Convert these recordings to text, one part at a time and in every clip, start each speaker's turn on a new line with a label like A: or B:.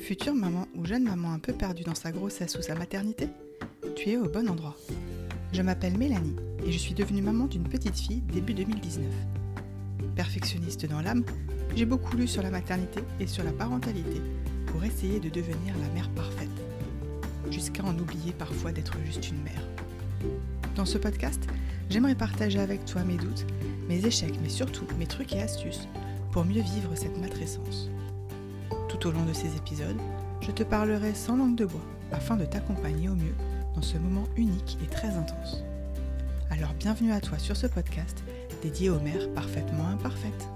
A: Future maman ou jeune maman un peu perdue dans sa grossesse ou sa maternité, tu es au bon endroit. Je m'appelle Mélanie et je suis devenue maman d'une petite fille début 2019. Perfectionniste dans l'âme, j'ai beaucoup lu sur la maternité et sur la parentalité pour essayer de devenir la mère parfaite, jusqu'à en oublier parfois d'être juste une mère. Dans ce podcast, j'aimerais partager avec toi mes doutes, mes échecs, mais surtout mes trucs et astuces pour mieux vivre cette matrescence. Tout au long de ces épisodes, je te parlerai sans langue de bois afin de t'accompagner au mieux dans ce moment unique et très intense. Alors bienvenue à toi sur ce podcast dédié aux mères parfaitement imparfaites.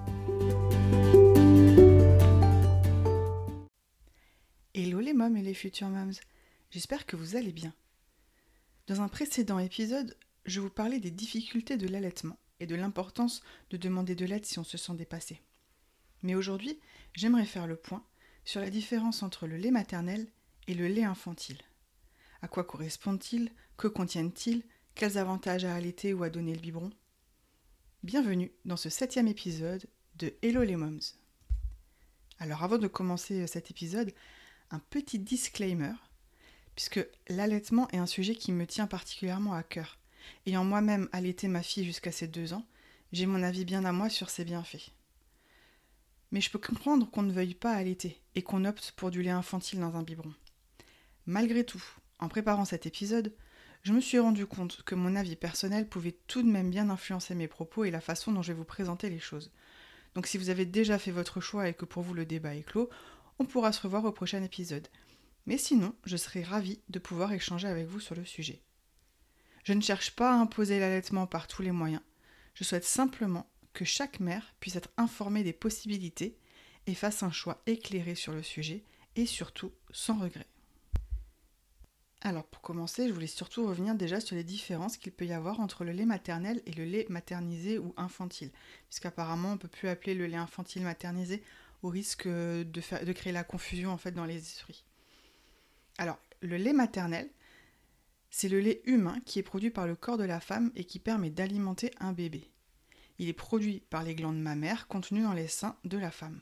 A: Hello les mômes et les futures moms, j'espère que vous allez bien. Dans un précédent épisode, je vous parlais des difficultés de l'allaitement et de l'importance de demander de l'aide si on se sent dépassé. Mais aujourd'hui, j'aimerais faire le point sur la différence entre le lait maternel et le lait infantile. À quoi correspondent-ils? Que contiennent-ils? Quels avantages à allaiter ou à donner le biberon? Bienvenue dans ce 7e épisode de Hello les Moms. Alors avant de commencer cet épisode, un petit disclaimer, puisque l'allaitement est un sujet qui me tient particulièrement à cœur. Ayant moi-même allaité ma fille jusqu'à ses 2 ans, j'ai mon avis bien à moi sur ses bienfaits. Mais je peux comprendre qu'on ne veuille pas allaiter et qu'on opte pour du lait infantile dans un biberon. Malgré tout, en préparant cet épisode, je me suis rendu compte que mon avis personnel pouvait tout de même bien influencer mes propos et la façon dont je vais vous présenter les choses. Donc si vous avez déjà fait votre choix et que pour vous le débat est clos, on pourra se revoir au prochain épisode. Mais sinon, je serai ravie de pouvoir échanger avec vous sur le sujet. Je ne cherche pas à imposer l'allaitement par tous les moyens. Je souhaite simplement que chaque mère puisse être informée des possibilités et fasse un choix éclairé sur le sujet et surtout sans regret. Alors pour commencer, je voulais surtout revenir déjà sur les différences qu'il peut y avoir entre le lait maternel et le lait maternisé ou infantile, puisqu'apparemment on ne peut plus appeler le lait infantile maternisé au risque de créer la confusion en fait dans les esprits. Alors le lait maternel, c'est le lait humain qui est produit par le corps de la femme et qui permet d'alimenter un bébé. Il est produit par les glandes mammaires contenues dans les seins de la femme.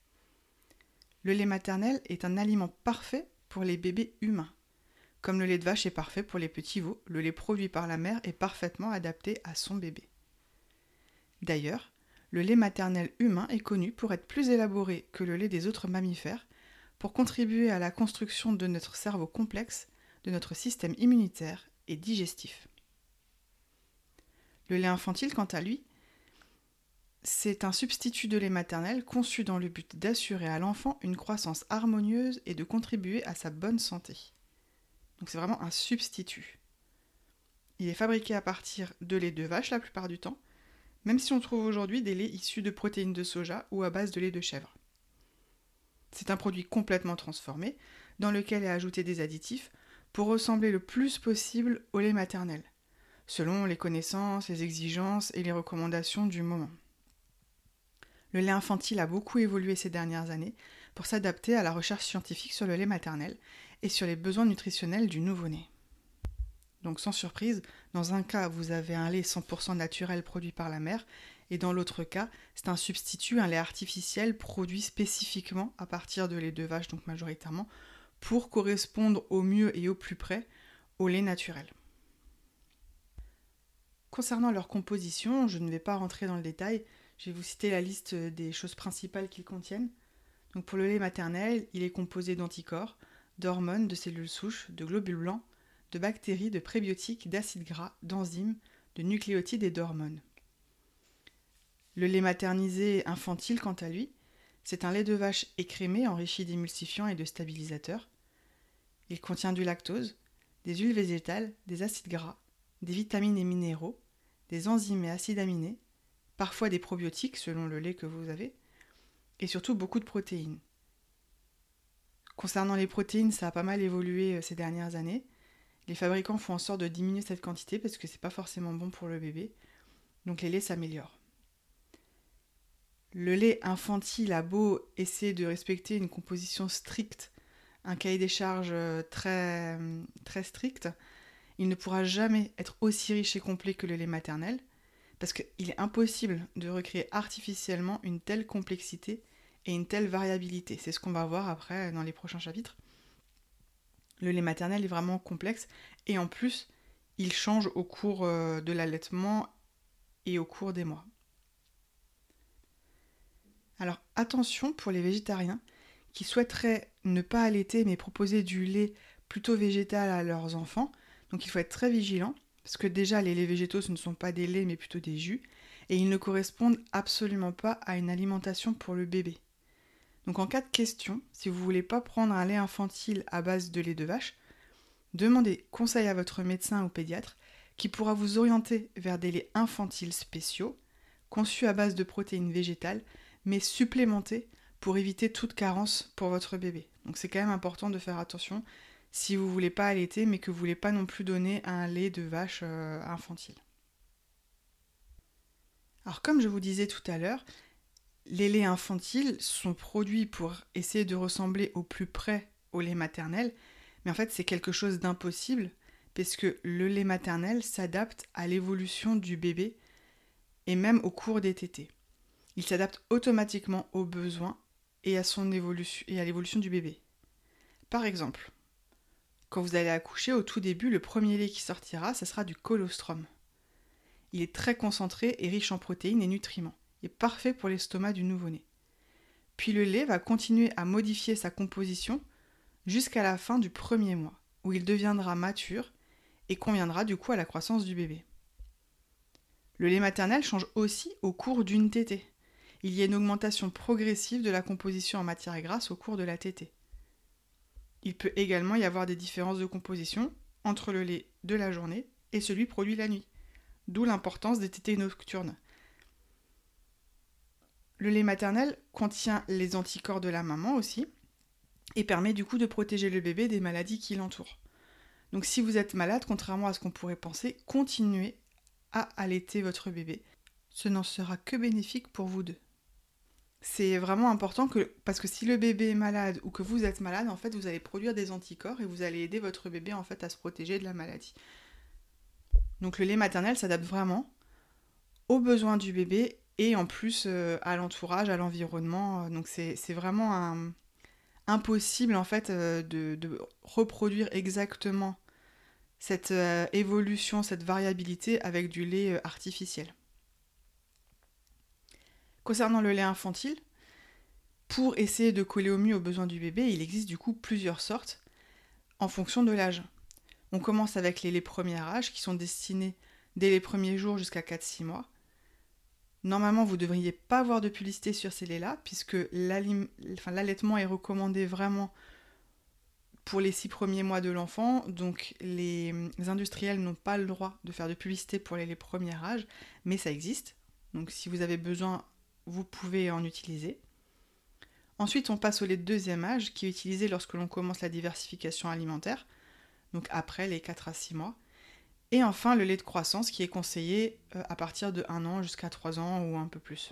A: Le lait maternel est un aliment parfait pour les bébés humains. Comme le lait de vache est parfait pour les petits veaux, le lait produit par la mère est parfaitement adapté à son bébé. D'ailleurs, le lait maternel humain est connu pour être plus élaboré que le lait des autres mammifères, pour contribuer à la construction de notre cerveau complexe, de notre système immunitaire et digestif. Le lait infantile, quant à lui, c'est un substitut de lait maternel conçu dans le but d'assurer à l'enfant une croissance harmonieuse et de contribuer à sa bonne santé. Donc c'est vraiment un substitut. Il est fabriqué à partir de lait de vache la plupart du temps, même si on trouve aujourd'hui des laits issus de protéines de soja ou à base de lait de chèvre. C'est un produit complètement transformé, dans lequel est ajouté des additifs pour ressembler le plus possible au lait maternel, selon les connaissances, les exigences et les recommandations du moment. Le lait infantile a beaucoup évolué ces dernières années pour s'adapter à la recherche scientifique sur le lait maternel et sur les besoins nutritionnels du nouveau-né. Donc sans surprise, dans un cas, vous avez un lait 100% naturel produit par la mère, et dans l'autre cas, c'est un substitut, un lait artificiel produit spécifiquement à partir de lait de vache, donc majoritairement, pour correspondre au mieux et au plus près au lait naturel. Concernant leur composition, je ne vais pas rentrer dans le détail, je vais vous citer la liste des choses principales qu'ils contiennent. Donc pour le lait maternel, il est composé d'anticorps, d'hormones, de cellules souches, de globules blancs, de bactéries, de prébiotiques, d'acides gras, d'enzymes, de nucléotides et d'hormones. Le lait maternisé infantile, quant à lui, c'est un lait de vache écrémé enrichi d'émulsifiants et de stabilisateurs. Il contient du lactose, des huiles végétales, des acides gras, des vitamines et minéraux, des enzymes et acides aminés, parfois des probiotiques selon le lait que vous avez, et surtout beaucoup de protéines. Concernant les protéines, ça a pas mal évolué ces dernières années. Les fabricants font en sorte de diminuer cette quantité parce que c'est pas forcément bon pour le bébé, donc les laits s'améliorent. Le lait infantile a beau essayer de respecter une composition stricte, un cahier des charges très strict, il ne pourra jamais être aussi riche et complet que le lait maternel, parce qu'il est impossible de recréer artificiellement une telle complexité et une telle variabilité. C'est ce qu'on va voir après dans les prochains chapitres. Le lait maternel est vraiment complexe et en plus, il change au cours de l'allaitement et au cours des mois. Alors attention pour les végétariens qui souhaiteraient ne pas allaiter mais proposer du lait plutôt végétal à leurs enfants. Donc il faut être très vigilant parce que déjà les laits végétaux ce ne sont pas des laits mais plutôt des jus et ils ne correspondent absolument pas à une alimentation pour le bébé. Donc en cas de question, si vous ne voulez pas prendre un lait infantile à base de lait de vache, demandez conseil à votre médecin ou pédiatre qui pourra vous orienter vers des laits infantiles spéciaux, conçus à base de protéines végétales, mais supplémentés pour éviter toute carence pour votre bébé. Donc c'est quand même important de faire attention si vous ne voulez pas allaiter, mais que vous ne voulez pas non plus donner un lait de vache infantile. Alors comme je vous disais tout à l'heure, les laits infantiles sont produits pour essayer de ressembler au plus près au lait maternel, mais en fait c'est quelque chose d'impossible, parce que le lait maternel s'adapte à l'évolution du bébé et même au cours des tétées. Il s'adapte automatiquement aux besoins et à son évolution et à l'évolution du bébé. Par exemple, quand vous allez accoucher, au tout début, le premier lait qui sortira, ce sera du colostrum. Il est très concentré et riche en protéines et nutriments, et parfait pour l'estomac du nouveau-né. Puis le lait va continuer à modifier sa composition jusqu'à la fin du premier mois, où il deviendra mature et conviendra du coup à la croissance du bébé. Le lait maternel change aussi au cours d'une tétée. Il y a une augmentation progressive de la composition en matière grasse au cours de la tétée. Il peut également y avoir des différences de composition entre le lait de la journée et celui produit la nuit, d'où l'importance des tétées nocturnes. Le lait maternel contient les anticorps de la maman aussi et permet du coup de protéger le bébé des maladies qui l'entourent. Donc si vous êtes malade, contrairement à ce qu'on pourrait penser, continuez à allaiter votre bébé. Ce n'en sera que bénéfique pour vous deux. C'est vraiment important parce que si le bébé est malade ou que vous êtes malade, en fait, vous allez produire des anticorps et vous allez aider votre bébé en fait à se protéger de la maladie. Donc le lait maternel s'adapte vraiment aux besoins du bébé et en plus à l'entourage, à l'environnement. Donc c'est vraiment impossible en fait de reproduire exactement cette évolution, cette variabilité avec du lait artificiel. Concernant le lait infantile, pour essayer de coller au mieux aux besoins du bébé, il existe du coup plusieurs sortes en fonction de l'âge. On commence avec les laits premier âge qui sont destinés dès les premiers jours jusqu'à 4-6 mois. Normalement, vous ne devriez pas avoir de publicité sur ces laits-là puisque l'allaitement est recommandé vraiment pour les 6 premiers mois de l'enfant. Donc les industriels n'ont pas le droit de faire de publicité pour les laits premier âge, mais ça existe. Donc si vous avez besoin, vous pouvez en utiliser. Ensuite, on passe au lait de deuxième âge, qui est utilisé lorsque l'on commence la diversification alimentaire, donc après les 4 à 6 mois. Et enfin, le lait de croissance, qui est conseillé à partir de 1 an jusqu'à 3 ans ou un peu plus.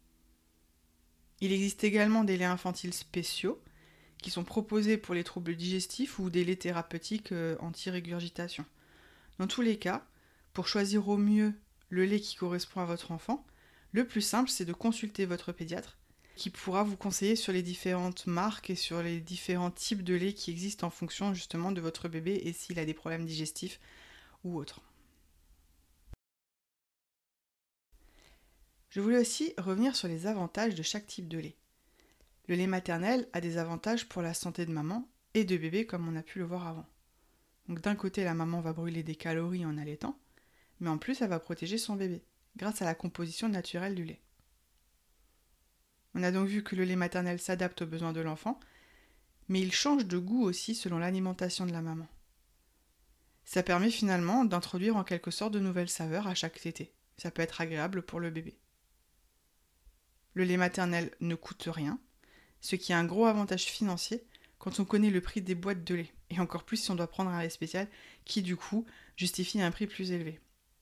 A: Il existe également des laits infantiles spéciaux, qui sont proposés pour les troubles digestifs ou des laits thérapeutiques anti-régurgitation. Dans tous les cas, pour choisir au mieux le lait qui correspond à votre enfant, le plus simple, c'est de consulter votre pédiatre qui pourra vous conseiller sur les différentes marques et sur les différents types de lait qui existent en fonction justement de votre bébé et s'il a des problèmes digestifs ou autres. Je voulais aussi revenir sur les avantages de chaque type de lait. Le lait maternel a des avantages pour la santé de maman et de bébé comme on a pu le voir avant. Donc d'un côté, la maman va brûler des calories en allaitant, mais en plus elle va protéger son bébé grâce à la composition naturelle du lait. On a donc vu que le lait maternel s'adapte aux besoins de l'enfant, mais il change de goût aussi selon l'alimentation de la maman. Ça permet finalement d'introduire en quelque sorte de nouvelles saveurs à chaque tétée. Ça peut être agréable pour le bébé. Le lait maternel ne coûte rien, ce qui est un gros avantage financier quand on connaît le prix des boîtes de lait, et encore plus si on doit prendre un lait spécial qui du coup justifie un prix plus élevé.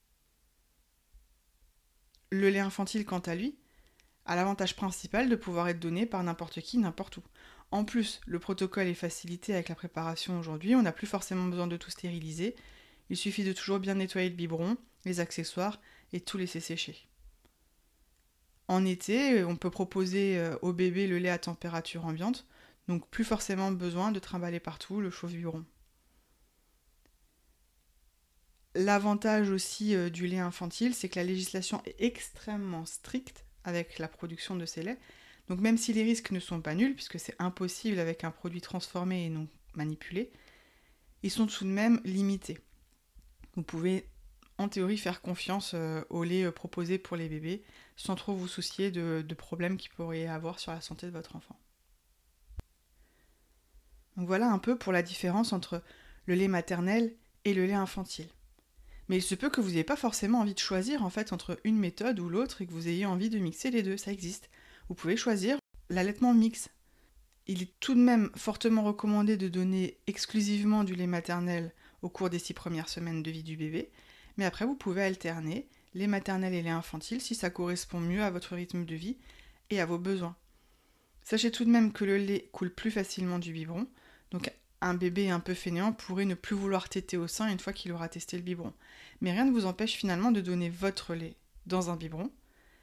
A: Le lait infantile, quant à lui, a l'avantage principal de pouvoir être donné par n'importe qui, n'importe où. En plus, le protocole est facilité avec la préparation aujourd'hui, on n'a plus forcément besoin de tout stériliser, il suffit de toujours bien nettoyer le biberon, les accessoires et tout laisser sécher. En été, on peut proposer au bébé le lait à température ambiante, donc plus forcément besoin de trimballer partout le chauffe-biberon. L'avantage aussi du lait infantile, c'est que la législation est extrêmement stricte avec la production de ces laits. Donc même si les risques ne sont pas nuls, puisque c'est impossible avec un produit transformé et non manipulé, ils sont tout de même limités. Vous pouvez en théorie faire confiance au lait proposé pour les bébés, sans trop vous soucier de problèmes qu'il pourrait y avoir sur la santé de votre enfant. Donc voilà un peu pour la différence entre le lait maternel et le lait infantile. Mais il se peut que vous n'ayez pas forcément envie de choisir en fait entre une méthode ou l'autre et que vous ayez envie de mixer les deux, ça existe. Vous pouvez choisir l'allaitement mixte. Il est tout de même fortement recommandé de donner exclusivement du lait maternel au cours des 6 premières semaines de vie du bébé, mais après vous pouvez alterner lait maternel et lait infantile si ça correspond mieux à votre rythme de vie et à vos besoins. Sachez tout de même que le lait coule plus facilement du biberon, donc un bébé un peu fainéant pourrait ne plus vouloir téter au sein une fois qu'il aura testé le biberon. Mais rien ne vous empêche finalement de donner votre lait dans un biberon.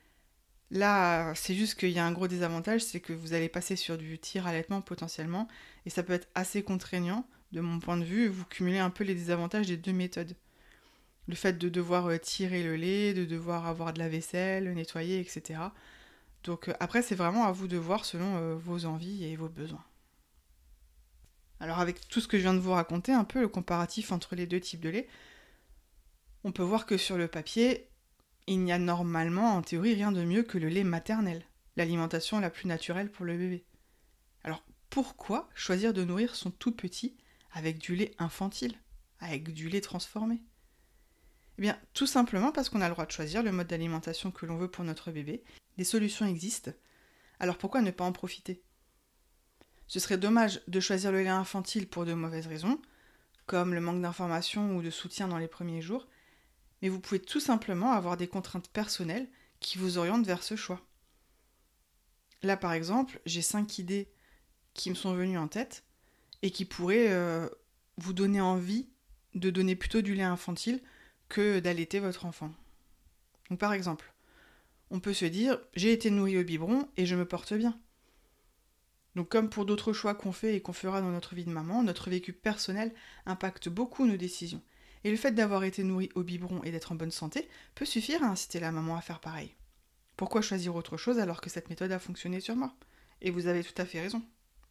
A: Là, c'est juste qu'il y a un gros désavantage, c'est que vous allez passer sur du tire-allaitement potentiellement, et ça peut être assez contraignant, de mon point de vue, vous cumulez un peu les désavantages des deux méthodes. Le fait de devoir tirer le lait, de devoir avoir de la vaisselle, nettoyer, etc. Donc après, c'est vraiment à vous de voir selon vos envies et vos besoins. Alors avec tout ce que je viens de vous raconter, un peu le comparatif entre les deux types de lait, on peut voir que sur le papier, il n'y a normalement, en théorie, rien de mieux que le lait maternel, l'alimentation la plus naturelle pour le bébé. Alors pourquoi choisir de nourrir son tout petit avec du lait infantile, avec du lait transformé ? Eh bien, tout simplement parce qu'on a le droit de choisir le mode d'alimentation que l'on veut pour notre bébé. Des solutions existent, alors pourquoi ne pas en profiter ? Ce serait dommage de choisir le lait infantile pour de mauvaises raisons, comme le manque d'informations ou de soutien dans les premiers jours, mais vous pouvez tout simplement avoir des contraintes personnelles qui vous orientent vers ce choix. Là, par exemple, j'ai 5 idées qui me sont venues en tête et qui pourraient vous donner envie de donner plutôt du lait infantile que d'allaiter votre enfant. Donc, par exemple, on peut se dire « j'ai été nourrie au biberon et je me porte bien ». Donc comme pour d'autres choix qu'on fait et qu'on fera dans notre vie de maman, notre vécu personnel impacte beaucoup nos décisions. Et le fait d'avoir été nourri au biberon et d'être en bonne santé peut suffire à inciter la maman à faire pareil. Pourquoi choisir autre chose alors que cette méthode a fonctionné sur moi ? Et vous avez tout à fait raison.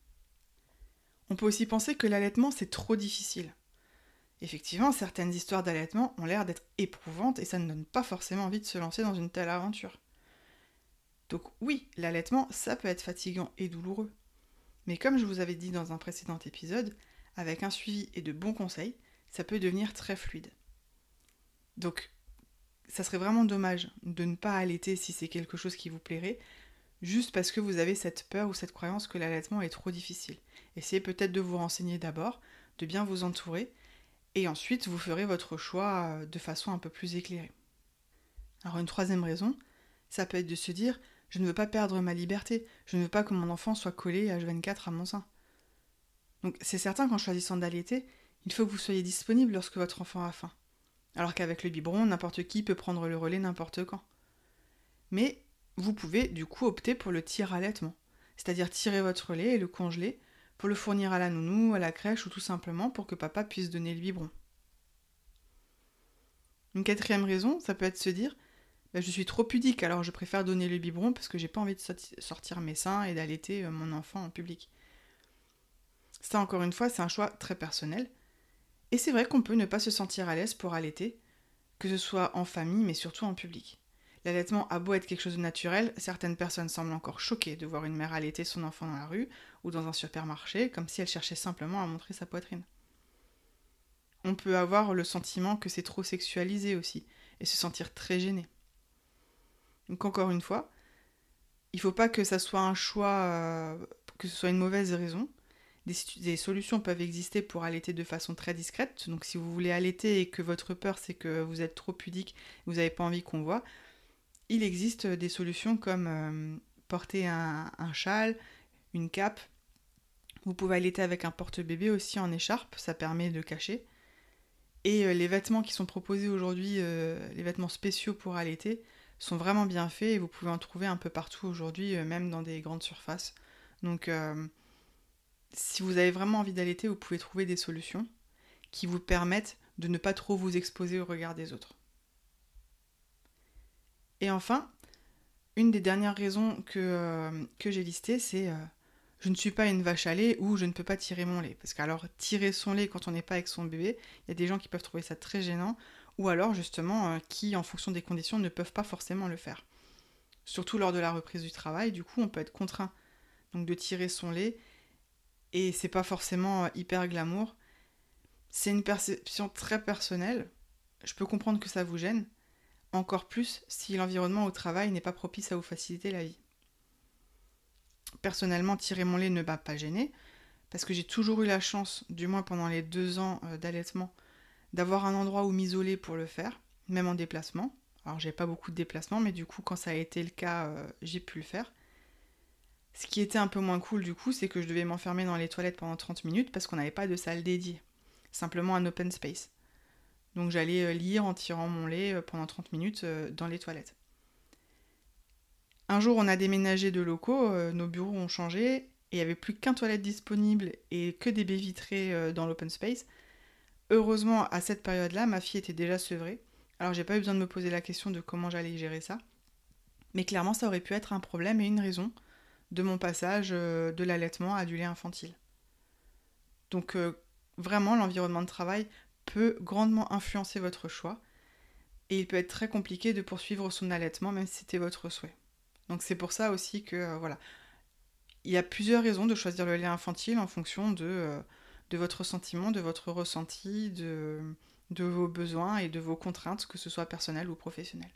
A: On peut aussi penser que l'allaitement c'est trop difficile. Effectivement, certaines histoires d'allaitement ont l'air d'être éprouvantes et ça ne donne pas forcément envie de se lancer dans une telle aventure. Donc oui, l'allaitement, ça peut être fatigant et douloureux. Mais comme je vous avais dit dans un précédent épisode, avec un suivi et de bons conseils, ça peut devenir très fluide. Donc, ça serait vraiment dommage de ne pas allaiter si c'est quelque chose qui vous plairait, juste parce que vous avez cette peur ou cette croyance que l'allaitement est trop difficile. Essayez peut-être de vous renseigner d'abord, de bien vous entourer, et ensuite vous ferez votre choix de façon un peu plus éclairée. Alors une troisième raison, ça peut être de se dire « je ne veux pas perdre ma liberté, je ne veux pas que mon enfant soit collé H24 à mon sein ». Donc c'est certain qu'en choisissant d'allaiter, il faut que vous soyez disponible lorsque votre enfant a faim. Alors qu'avec le biberon, n'importe qui peut prendre le relais n'importe quand. Mais vous pouvez du coup opter pour le tire-allaitement, c'est-à-dire tirer votre lait et le congeler pour le fournir à la nounou, à la crèche ou tout simplement pour que papa puisse donner le biberon. Une quatrième raison, ça peut être de se dire je suis trop pudique, alors je préfère donner le biberon parce que j'ai pas envie de sortir mes seins et d'allaiter mon enfant en public. Ça, encore une fois, c'est un choix très personnel. Et c'est vrai qu'on peut ne pas se sentir à l'aise pour allaiter, que ce soit en famille, mais surtout en public. L'allaitement a beau être quelque chose de naturel, certaines personnes semblent encore choquées de voir une mère allaiter son enfant dans la rue ou dans un supermarché, comme si elle cherchait simplement à montrer sa poitrine. On peut avoir le sentiment que c'est trop sexualisé aussi, et se sentir très gêné. Donc encore une fois, il ne faut pas que ça soit un choix, que ce soit une mauvaise raison. Des solutions peuvent exister pour allaiter de façon très discrète. Donc si vous voulez allaiter et que votre peur c'est que vous êtes trop pudique, vous n'avez pas envie qu'on voit, il existe des solutions comme porter un châle, une cape. Vous pouvez allaiter avec un porte-bébé aussi en écharpe, ça permet de cacher. Et les vêtements qui sont proposés aujourd'hui, les vêtements spéciaux pour allaiter, sont vraiment bien faits et vous pouvez en trouver un peu partout aujourd'hui, même dans des grandes surfaces. Donc si vous avez vraiment envie d'allaiter, vous pouvez trouver des solutions qui vous permettent de ne pas trop vous exposer au regard des autres. Et enfin, une des dernières raisons que j'ai listées, c'est je ne suis pas une vache à lait ou je ne peux pas tirer mon lait. Parce qu'alors, tirer son lait quand on n'est pas avec son bébé, il y a des gens qui peuvent trouver ça très gênant, ou alors justement qui, en fonction des conditions, ne peuvent pas forcément le faire. Surtout lors de la reprise du travail, du coup, on peut être contraint donc de tirer son lait, et c'est pas forcément hyper glamour. C'est une perception très personnelle. Je peux comprendre que ça vous gêne, encore plus si l'environnement au travail n'est pas propice à vous faciliter la vie. Personnellement, tirer mon lait ne m'a pas gênée, parce que j'ai toujours eu la chance, du moins pendant les 2 ans d'allaitement, d'avoir un endroit où m'isoler pour le faire, même en déplacement. Alors j'ai pas beaucoup de déplacements, mais du coup quand ça a été le cas, j'ai pu le faire. Ce qui était un peu moins cool du coup, c'est que je devais m'enfermer dans les toilettes pendant 30 minutes parce qu'on n'avait pas de salle dédiée, simplement un open space. Donc j'allais lire en tirant mon lait pendant 30 minutes dans les toilettes. Un jour, on a déménagé de locaux, nos bureaux ont changé, et il n'y avait plus qu'un toilette disponible et que des baies vitrées dans l'open space. Heureusement, à cette période-là, ma fille était déjà sevrée. Alors, j'ai pas eu besoin de me poser la question de comment j'allais gérer ça. Mais clairement, ça aurait pu être un problème et une raison de mon passage de l'allaitement à du lait infantile. Donc, vraiment, l'environnement de travail peut grandement influencer votre choix. Et il peut être très compliqué de poursuivre son allaitement, même si c'était votre souhait. Donc c'est pour ça aussi que, voilà, il y a plusieurs raisons de choisir le lait infantile en fonction de votre sentiment, de votre ressenti, de vos besoins et de vos contraintes, que ce soit personnelles ou professionnelles.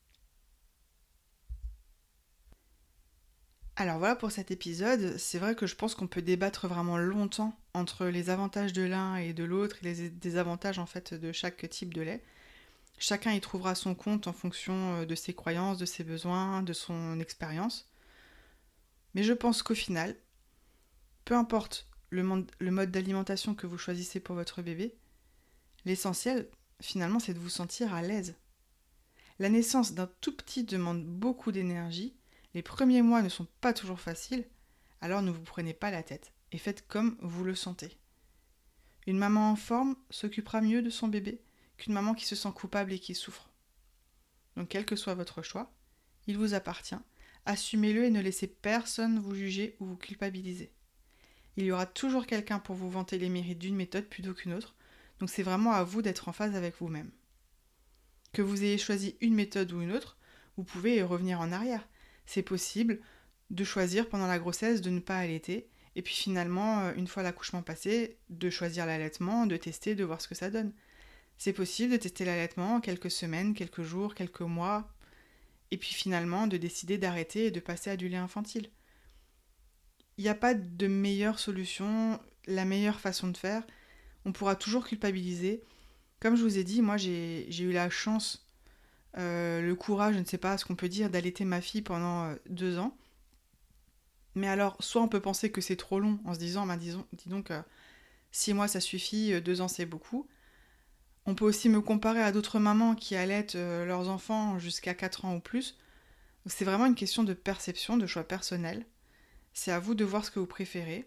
A: Alors voilà pour cet épisode, c'est vrai que je pense qu'on peut débattre vraiment longtemps entre les avantages de l'un et de l'autre et les désavantages en fait de chaque type de lait. Chacun y trouvera son compte en fonction de ses croyances, de ses besoins, de son expérience. Mais je pense qu'au final, peu importe le mode d'alimentation que vous choisissez pour votre bébé, l'essentiel, finalement, c'est de vous sentir à l'aise. La naissance d'un tout petit demande beaucoup d'énergie, les premiers mois ne sont pas toujours faciles, alors ne vous prenez pas la tête et faites comme vous le sentez. Une maman en forme s'occupera mieux de son bébé qu'une maman qui se sent coupable et qui souffre. Donc quel que soit votre choix, il vous appartient, assumez-le et ne laissez personne vous juger ou vous culpabiliser. Il y aura toujours quelqu'un pour vous vanter les mérites d'une méthode plutôt qu'une autre, donc c'est vraiment à vous d'être en phase avec vous-même. Que vous ayez choisi une méthode ou une autre, vous pouvez y revenir en arrière. C'est possible de choisir pendant la grossesse de ne pas allaiter, et puis finalement, une fois l'accouchement passé, de choisir l'allaitement, de tester, de voir ce que ça donne. C'est possible de tester l'allaitement quelques semaines, quelques jours, quelques mois, et puis finalement de décider d'arrêter et de passer à du lait infantile. Il n'y a pas de meilleure solution, la meilleure façon de faire. On pourra toujours culpabiliser. Comme je vous ai dit, moi j'ai eu la chance, le courage, je ne sais pas ce qu'on peut dire, d'allaiter ma fille pendant 2 ans. Mais alors, soit on peut penser que c'est trop long en se disant, dis donc, 6 mois ça suffit, 2 ans c'est beaucoup. On peut aussi me comparer à d'autres mamans qui allaitent leurs enfants jusqu'à 4 ans ou plus. Donc c'est vraiment une question de perception, de choix personnel. C'est à vous de voir ce que vous préférez.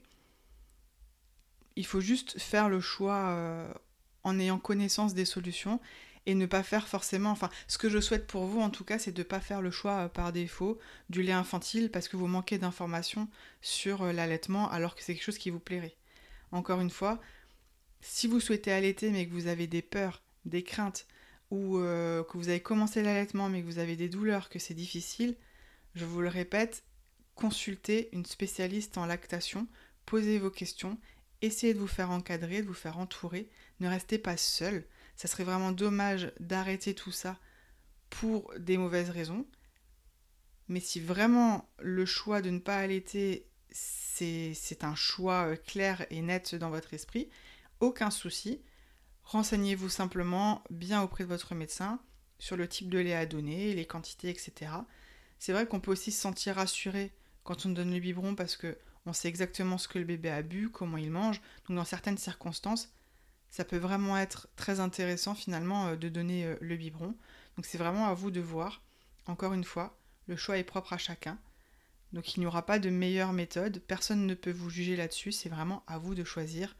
A: Il faut juste faire le choix en ayant connaissance des solutions et ne pas faire forcément... Enfin, ce que je souhaite pour vous, en tout cas, c'est de ne pas faire le choix par défaut du lait infantile parce que vous manquez d'informations sur l'allaitement alors que c'est quelque chose qui vous plairait. Encore une fois, si vous souhaitez allaiter mais que vous avez des peurs, des craintes ou que vous avez commencé l'allaitement mais que vous avez des douleurs, que c'est difficile, je vous le répète, consultez une spécialiste en lactation, posez vos questions, essayez de vous faire encadrer, de vous faire entourer, ne restez pas seul. Ça serait vraiment dommage d'arrêter tout ça pour des mauvaises raisons. Mais si vraiment le choix de ne pas allaiter, c'est un choix clair et net dans votre esprit, aucun souci. Renseignez-vous simplement bien auprès de votre médecin sur le type de lait à donner, les quantités, etc. C'est vrai qu'on peut aussi se sentir rassuré quand on donne le biberon parce que on sait exactement ce que le bébé a bu, comment il mange. Donc dans certaines circonstances, ça peut vraiment être très intéressant finalement de donner le biberon. Donc c'est vraiment à vous de voir. Encore une fois, le choix est propre à chacun. Donc il n'y aura pas de meilleure méthode, personne ne peut vous juger là-dessus, c'est vraiment à vous de choisir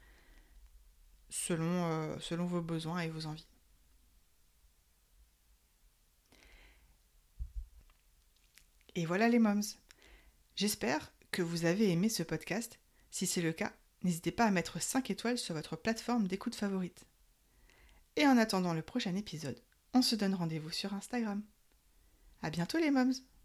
A: selon vos besoins et vos envies. Et voilà les moms. J'espère que vous avez aimé ce podcast. Si c'est le cas, n'hésitez pas à mettre 5 étoiles sur votre plateforme d'écoute favorite. Et en attendant le prochain épisode, on se donne rendez-vous sur Instagram. À bientôt les moms!